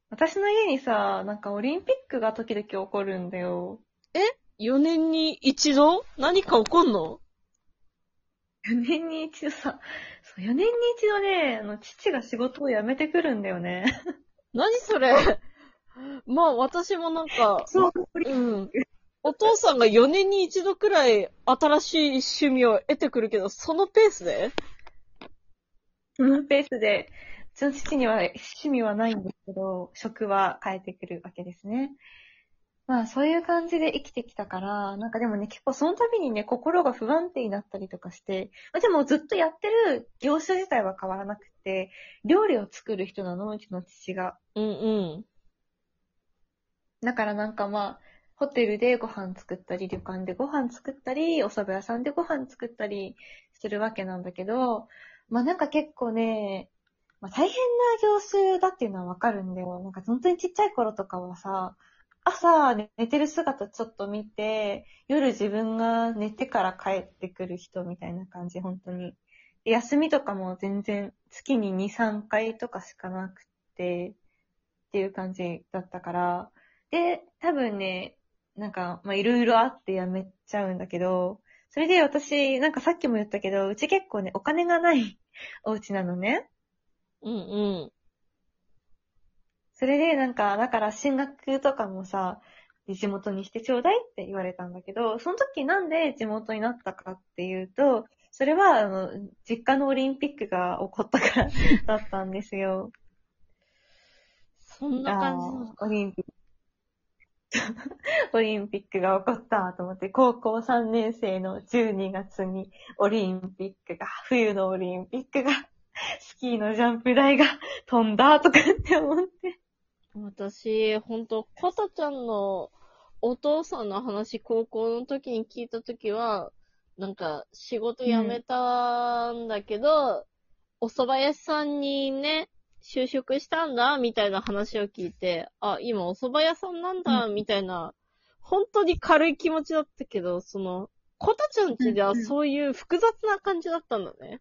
私の家にさ、なんかオリンピックが時々起こるんだよ。 4年に一度何か起こんの？ 4年に一度さ、そう、4年に一度ね、父が仕事を辞めてくるんだよね。 何それ？まあ私もなんか、 そう、 うん。お父さんが4年に一度くらい新しい趣味を得てくるけど、そのペースで？ そのペースで、うちの父には趣味はないんですけど、職は変えてくるわけですね。まあそういう感じで生きてきたから、なんかでもね、結構その度にね、心が不安定になったりとかして、まあでもずっとやってる業種自体は変わらなくて、料理を作る人なの、うちの父が。 うんうん。 だからなんかまあ、ホテルでご飯作ったり、旅館でご飯作ったり、お蕎麦屋さんでご飯作ったりするわけなんだけど、まあなんか結構ね、まあ大変な業種だっていうのはわかるんだよ。なんか本当にちっちゃい頃とかはさ、朝寝てる姿ちょっと見て、夜自分が寝てから帰ってくる人みたいな感じ、本当に。で休みとかも全然月に2、3回とかしかなくて、っていう感じだったから、で、多分ね、なんか、まあ、いろいろあってやめちゃうんだけど、それで私、なんかさっきも言ったけど、うち結構ね、お金がないお家なのね。 うんうん。 それでなんか、だから進学とかもさ、地元にしてちょうだいって言われたんだけど、その時なんで地元になったかっていうと、それは、実家のオリンピックが起こったからだったんですよ。 そんな感じなのオか。 リンピックオリンピックが起こったと思って、高校3年生の12月にオリンピックが、冬のオリンピックが、スキーのジャンプ台が飛んだとかって思って。 私、ほんと、コタちゃんのお父さんの話、高校の時に聞いた時は、なんか、仕事辞めうん。 たんだけど、お蕎麦屋さんにね、就職したんだ、みたいな話を聞いて、あ、今お蕎麦屋さんなんうん。 だ、みたいな、本当に軽い気持ちだったけど、コタちゃんうん。 家ではうん。 そういう複雑な感じだったんだね。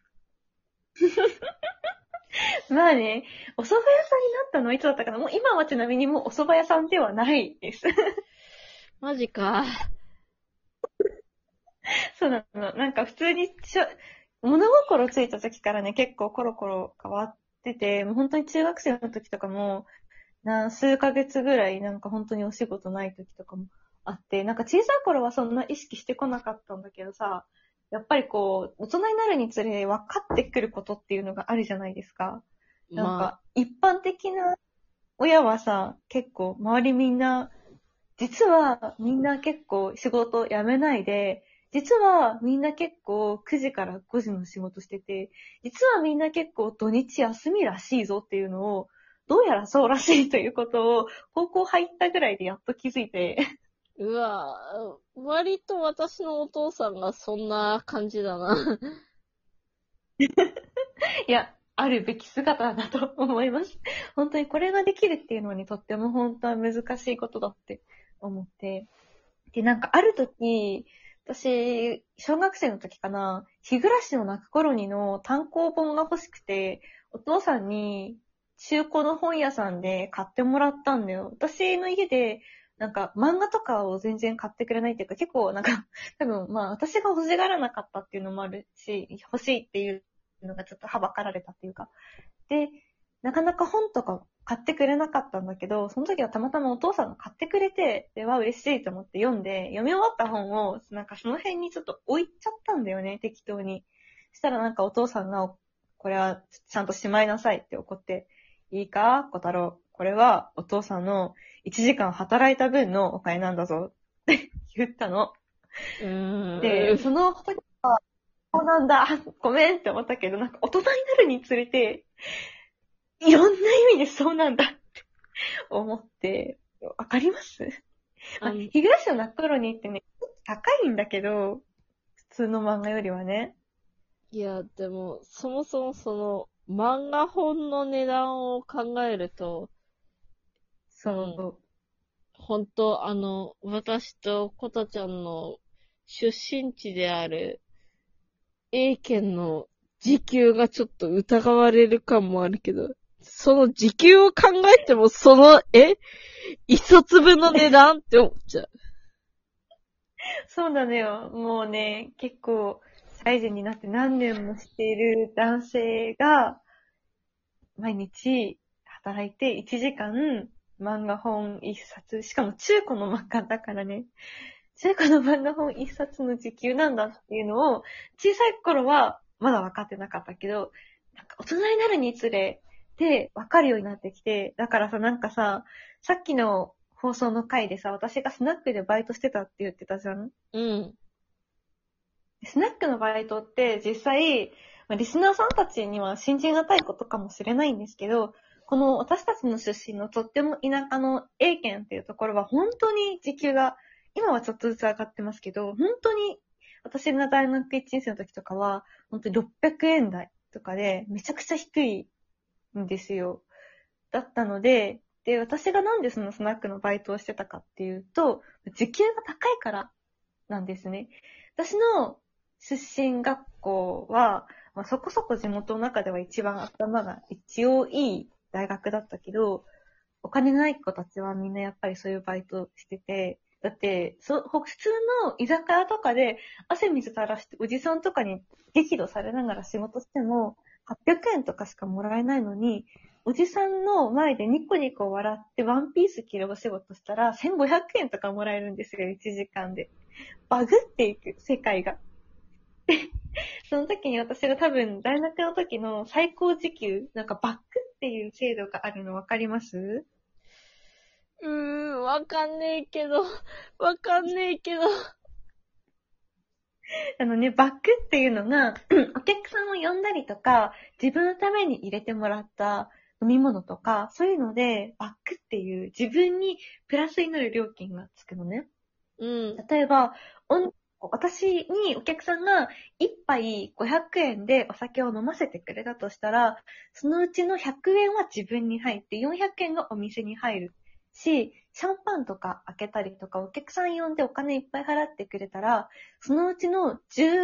まあね、お蕎麦屋さんになったのはいつだったかな。もう今はちなみにもうお蕎麦屋さんではないです。 マジか。 そうなの。なんか普通に物心ついた時からね、結構コロコロ変わってて、もう本当に中学生の時とかも、数ヶ月ぐらいなんか本当にお仕事ない時とかもあって、なんか小さい頃はそんな意識してこなかったんだけどさ、やっぱりこう、大人になるにつれ分かってくることっていうのがあるじゃないですか。なんまあ、 か、一般的な親はさ、結構周りみんな、実はみんな結構仕事辞めないで、実はみんな結構9時から5時の仕事してて、実はみんな結構土日休みらしいぞっていうのを、どうやらそうらしいということを、高校入ったぐらいでやっと気づいて、 うわ、割と私のお父さんがそんな感じだな。 いや、あるべき姿だと思います。本当にこれができるっていうのにとっても本当は難しいことだって思って。で、なんかある時、私、小学生の時かな、日暮らしの泣く頃にの単行本が欲しくて、お父さんに中古の本屋さんで買ってもらったんだよ。私の家で、なんか漫画とかを全然買ってくれないっていうか、結構なんか、多分まあ私が欲しがらなかったっていうのもあるし、欲しいっていうのがちょっとはばかられたっていうか。で、なかなか本とか買ってくれなかったんだけど、その時はたまたまお父さんが買ってくれて、で、わ、嬉しいと思って読んで、読み終わった本を、なんかその辺にちょっと置いちゃったんだよね、適当に。したらなんかお父さんが、これはちゃんとしまいなさいって怒って、いいか、小太郎。これはお父さんの1時間働いた分のお金なんだぞって言ったの。 うーで、 ん。 その時は、そうなんだ、ごめんって思ったけど、なんか大人になるにつれて、いろんな意味でそうなんだって思って、わかります？まあ、 あの、 日暮らしの泣く頃にってね、高いんだけど、普通の漫画よりはね。 いや、でも、そもそも漫画本の値段を考えると、うん、 そう。 本当私とコタちゃんの出身地である A 県の時給がちょっと疑われる感もあるけど、 その時給を考えても、一冊分の値段って思っちゃう。 そうなのよ。もうね、結構、社会人になって何年もしている男性が、毎日働いて1時間漫画本1冊、しかも中古の漫画だからね。中古の漫画本1冊の時給なんだっていうのを、小さい頃はまだ分かってなかったけど、なんか大人になるにつれて分かるようになってきて、だからさ、なんかさ、さっきの放送の回でさ、私がスナックでバイトしてたって言ってたじゃん。 うん。 スナックのバイトって実際、リスナーさんたちには信じがたいことかもしれないんですけど、この私たちの出身のとっても田舎の A 県っていうところは本当に時給が、今はちょっとずつ上がってますけど、本当に私が大学1年生の時とかは、本当に600円台とかでめちゃくちゃ低いんですよ。だったので、私がなんでそのスナックのバイトをしてたかっていうと、時給が高いからなんですね。私の出身学校は、そこそこ地元の中では一番頭が一応いい大学だったけど、お金ない子たちはみんなやっぱりそういうバイトしてて、だって、普通の居酒屋とかで汗水垂らしておじさんとかに激怒されながら仕事しても800円とかしかもらえないのに、おじさんの前でニコニコ笑ってワンピース着るお仕事したら1500円とかもらえるんですよ、1時間で。バグっていく、世界が。その時に私が多分大学の時の最高時給、なんかバックっていう制度があるの分かります？ わかんねえけど。 バックっていうのが、お客さんを呼んだりとか、自分のために入れてもらった飲み物とか、そういうので、バックっていう自分にプラスになる料金がつくのね。 うん。 例えば、私にお客さんが1杯500円でお酒を飲ませてくれたとしたら、そのうちの100円は自分に入って400円がお店に入るし、シャンパンとか開けたりとかお客さん呼んでお金いっぱい払ってくれたら、そのうちの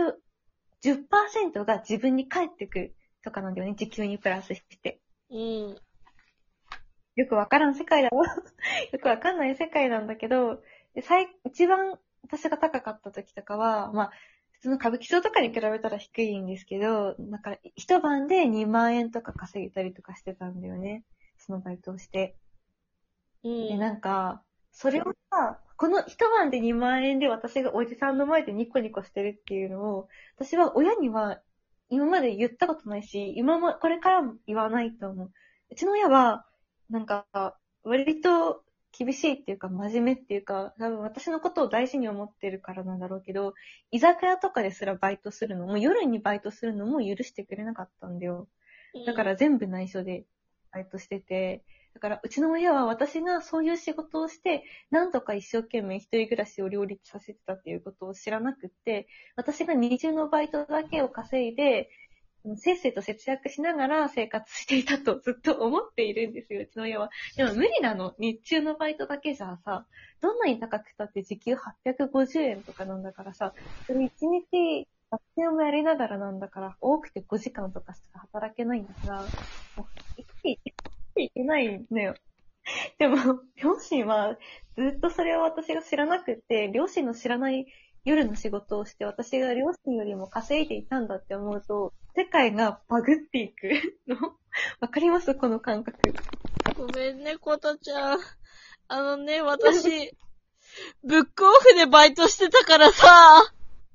10% が自分に返ってくるとかなんだよね、時給にプラスして。 うん。 よくわからん世界だろよくわかんない世界なんだけど、一番私が高かった時とかは、普通の歌舞伎町とかに比べたら低いんですけど、なんか一晩で2万円とか稼げたりとかしてたんだよね。そのバイトをして。で、なんか、それをさ、この一晩で2万円で私がおじさんの前でニコニコしてるっていうのを、私は親には今まで言ったことないし、これからも言わないと思う。うちの親は、なんか、割と厳しいっていうか、真面目っていうか、多分私のことを大事に思ってるからなんだろうけど、居酒屋とかですらバイトするのも、夜にバイトするのも許してくれなかったんだよ。だから全部内緒でバイトしてて、だからうちの親は私がそういう仕事をして、なんとか一生懸命一人暮らしを両立させてたっていうことを知らなくって、私が日中のバイトだけを稼いで、せっせと節約しながら生活していたとずっと思っているんですよ、うちの親は。でも無理なの。日中のバイトだけじゃさ、どんなに高くたって時給850円とかなんだからさ、それ1日学生もやりながらなんだから、多くて5時間とかしか働けないんだから、もう生きていけないのよ。でも、両親はずっとそれを私が知らなくって、両親の知らない夜の仕事をして、私が両親よりも稼いでいたんだって思うと、世界がバグっていくの。わかりますこの感覚。 ごめんね、コタちゃん。私、ブックオフでバイトしてたからさ。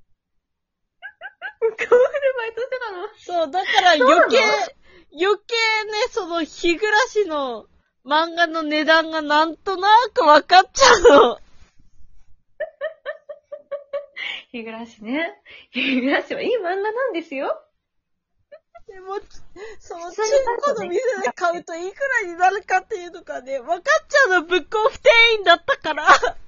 ブックオフでバイトしてたの？ そう、だから余計ね、その日暮らしの漫画の値段がなんとなくわかっちゃうの。 日暮らしね。日暮らしはいい漫画なんですよ。 でも、その中古の店で買うといくらになるかっていうのがね、わかっちゃうの、ブックオフ店員だったから。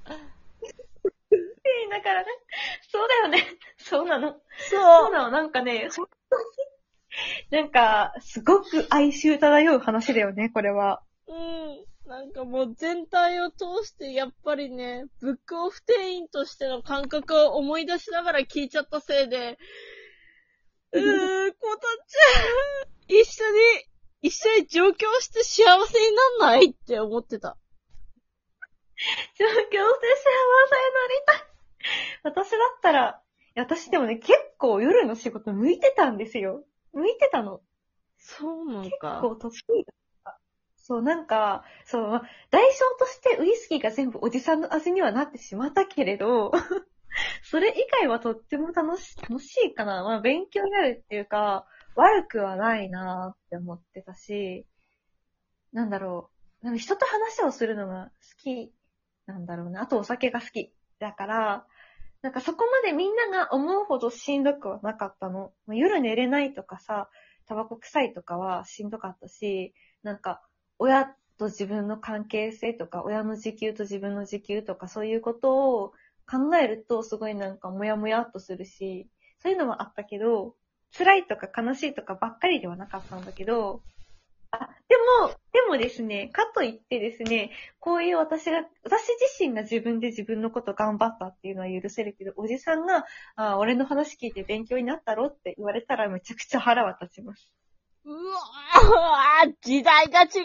店員だからね。そうだよね。そうなの。 そうなの。なんかね、なんか、すごく哀愁漂う話だよね、これは。 なんかもう全体を通してやっぱりね、ブックオフ店員としての感覚を思い出しながら聞いちゃったせいで、コタちゃん、一緒に一緒に上京して幸せになんないって思ってた。 上京して幸せになりたい。私だったら、私でもね、結構夜の仕事向いてたんですよ。向いてたの。 そうなん結か。 構得意だった。そう、なんか、そう、代償としてウイスキーが全部おじさんの味にはなってしまったけれど、それ以外はとっても楽しいかな。勉強になるっていうか、悪くはないなって思ってたし、なんだろう。なんか人と話をするのが好きなんだろうな。あとお酒が好き。だから、なんかそこまでみんなが思うほどしんどくはなかったの。夜寝れないとかさ、タバコ臭いとかはしんどかったし、なんか親と自分の関係性とか、親の時給と自分の時給とかそういうことを考えるとすごいなんかモヤモヤっとするし、そういうのはあったけど、辛いとか悲しいとかばっかりではなかったんだけど、でもですね、かといってですね、こういう私自身が自分で自分のこと頑張ったっていうのは許せるけど、おじさんが、俺の話聞いて勉強になったろって言われたらめちゃくちゃ腹は立ちます。 うわー、時代が違うよ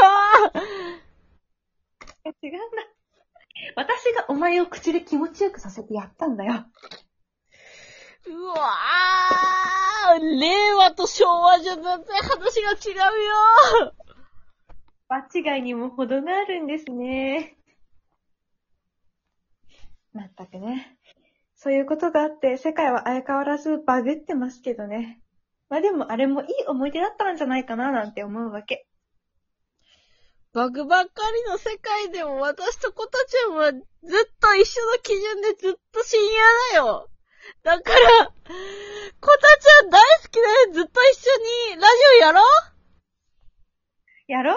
違うんだ。私がお前を口で気持ちよくさせてやったんだよ。 うわー、令和と昭和じゃ全然話が違うよ場違いにも程があるんですね。まったくね。そういうことがあって、世界は相変わらずバグってますけどね。でもあれもいい思い出だったんじゃないかななんて思うわけ。 バグばっかりの世界でも私とコタちゃんはずっと一緒の基準でずっと親友だよ。だから、コタちゃん大好きだよ。ずっと一緒にラジオやろう？ やろう？